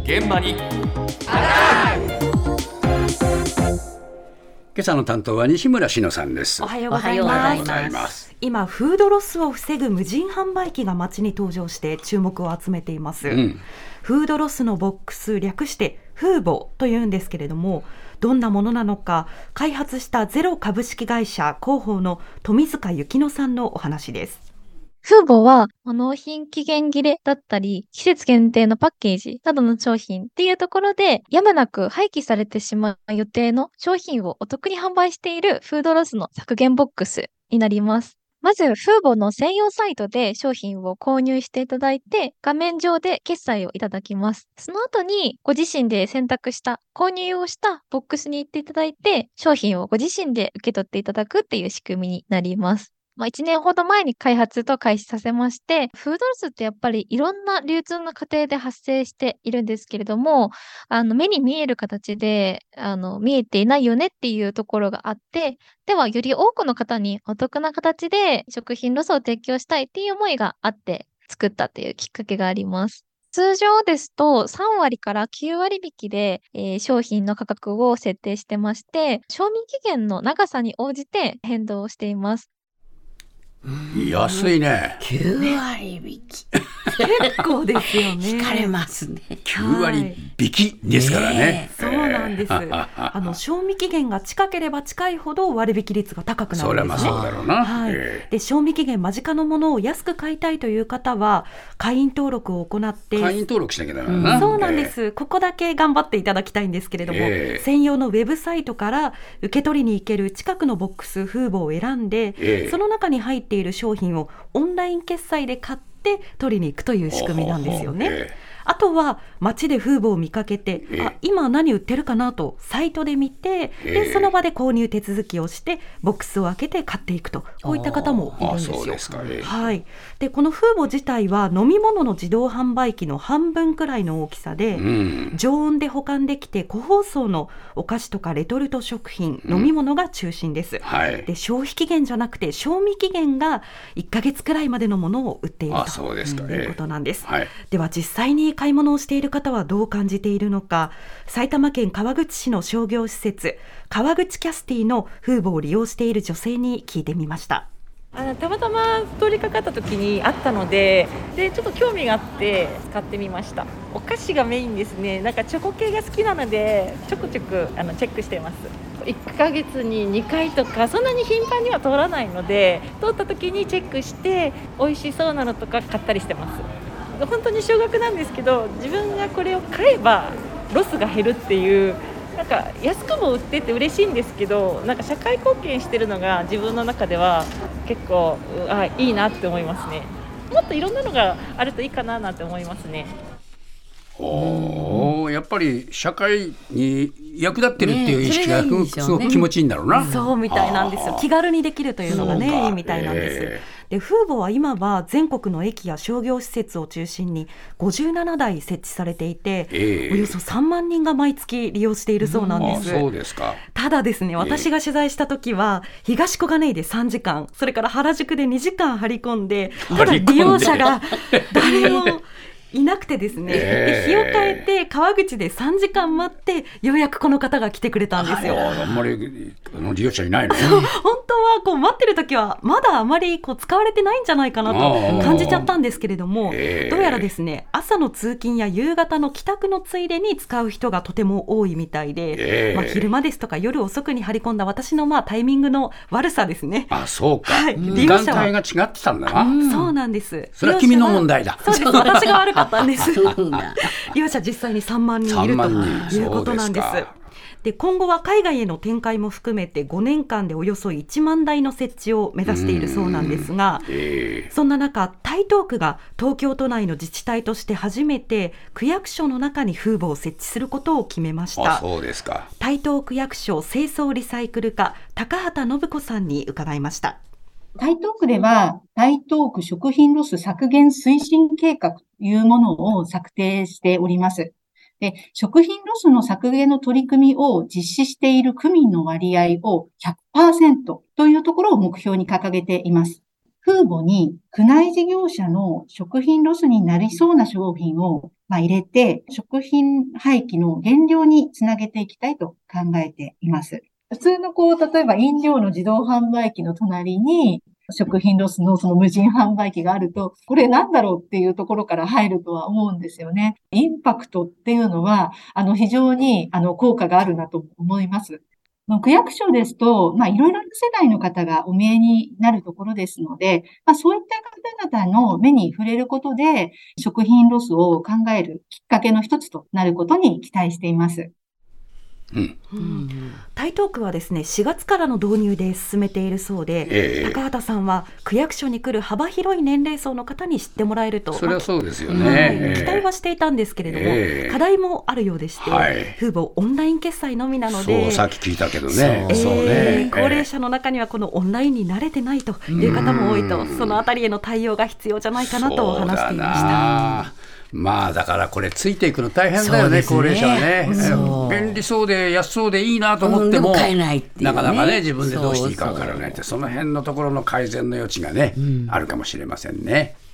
現場に今朝の担当は西村篠さんです。 おはようございます。今フードロスを防ぐ無人販売機が街に登場して注目を集めています、フードロスのボックス、略してフーボというんですけれども、どんなものなのか開発したゼロ株式会社広報の富塚幸乃さんのお話です。 フーボは納品期限切れだったり季節限定のパッケージなどの商品っていうところでやむなく廃棄されてしまう予定の商品をお得に販売しているフードロスの削減ボックスになります。まずフーボの専用サイトで商品を購入していただいて画面上で決済をいただきます。その後にご自身で選択した購入をしたボックスに行っていただいて商品をご自身で受け取っていただくっていう仕組みになります。1年ほど前に開発と開始させまして、フードロスってやっぱりいろんな流通の過程で発生しているんですけれども、目に見える形で、見えていないよねっていうところがあって、ではより多くの方にお得な形で食品ロスを提供したいっていう思いがあって作ったっていうきっかけがあります。通常ですと3割から9割引きで、商品の価格を設定してまして、賞味期限の長さに応じて変動しています。 安いね。 9割引き結構ですよね。 引かれますね。 9割引きですからね。 そうなんです。賞味期限が近ければ近いほど割引率が高くなるんですね。 それはまあそうだろうな。 で、賞味期限間近のものを安く買いたいという方は会員登録を行って、 会員登録しなきゃダメだな。 そうなんです、ここだけ頑張っていただきたいんですけれども、専用のウェブサイトから受け取りに行ける近くのボックスフーボを選んで、その中に入っている商品をオンライン決済で買って取りに行くという仕組みなんですよね。あとは街でフーボを見かけて、今何売ってるかなとサイトで見て、でその場で購入手続きをしてボックスを開けて買っていくと、こういった方もいるんですよ。 そうですか。 でこのフーボ自体は飲み物の自動販売機の半分くらいの大きさで、常温で保管できて個包装のお菓子とかレトルト食品、飲み物が中心です、で消費期限じゃなくて賞味期限が1ヶ月くらいまでのものを売っているということなんです、では実際に買い物をしている方はどう感じているのか、埼玉県川口市の商業施設川口キャスティのフーボを利用している女性に聞いてみました。 たまたま通りかかった時にあったので、ちょっと興味があって使ってみました。お菓子がメインですね。なんかチョコ系が好きなのでちょくちょくチェックしてます。1ヶ月に2回とかそんなに頻繁には通らないので、通った時にチェックして美味しそうなのとか買ったりしてます。本当に少額なんですけど、自分がこれを買えばロスが減るっていう、なんか安くも売ってて嬉しいんですけど、なんか社会貢献してるのが自分の中では結構いいなって思いますね。もっといろんなのがあるといいかななんて思いますね。 やっぱり社会に役立ってるっていう意識がすごく気持ちいいんだろうな。 そうみたいなんですよ。気軽にできるというのがね、いいみたいなんです。でフーボは今は全国の駅や商業施設を中心に57台設置されていて、およそ3万人が毎月利用しているそうなんです。 そうですか。 ただですね、私が取材した時は東小金井で3時間、それから原宿で2時間張り込んで、ただ利用者が誰もいなくてですね、で日を変えて川口で3時間待ってようやくこの方が来てくれたんですよ。 あんまり利用者いないの。 本当は待ってる時はまだあまり使われてないんじゃないかなと感じちゃったんですけれども、どうやらですね、朝の通勤や夕方の帰宅のついでに使う人がとても多いみたいで、昼間ですとか夜遅くに張り込んだ私のタイミングの悪さですね。 そうか、時間帯が違ってたんだな。 そうなんです。 それは君の問題だ。 そうです、私が悪かったんです。利用者実際に3万人いるということなんです。で今後は海外への展開も含めて5年間でおよそ1万台の設置を目指しているそうなんですが、そんな中台東区が東京都内の自治体として初めて区役所の中にフーボを設置することを決めました。 そうですか。 台東区役所清掃リサイクル課高畑信子さんに伺いました。 台東区では台東区食品ロス削減推進計画というものを策定しております。で、食品ロスの削減の取り組みを実施している区民の割合を 100% というところを目標に掲げています。 空母に区内事業者の食品ロスになりそうな商品を入れて、食品廃棄の減量につなげていきたいと考えています。普通の例えば飲料の自動販売機の隣に、食品ロスのその無人販売機があると、これなんだろうっていうところから入るとは思うんですよね。インパクトっていうのは、非常に効果があるなと思います。区役所ですと、いろいろな世代の方がお見えになるところですので、そういった方々の目に触れることで、食品ロスを考えるきっかけの一つとなることに期待しています。 台東区はですね、4月からの導入で進めているそうで、高畑さんは区役所に来る幅広い年齢層の方に知ってもらえると、 それはそうですよね、 期待はしていたんですけれども、課題もあるようでして、風母オンライン決済のみなので、 そうさっき聞いたけどね、 高齢者の中にはこのオンラインに慣れてないという方も多いと、そのあたりへの対応が必要じゃないかなと話していました。 だからこれついていくの大変だよね、高齢者はね。便利そうで安そうでいいなと思っても、 買えないっていうね、 なかなかね、自分でどうしていいか分からないって、その辺のところの改善の余地がね、あるかもしれませんね。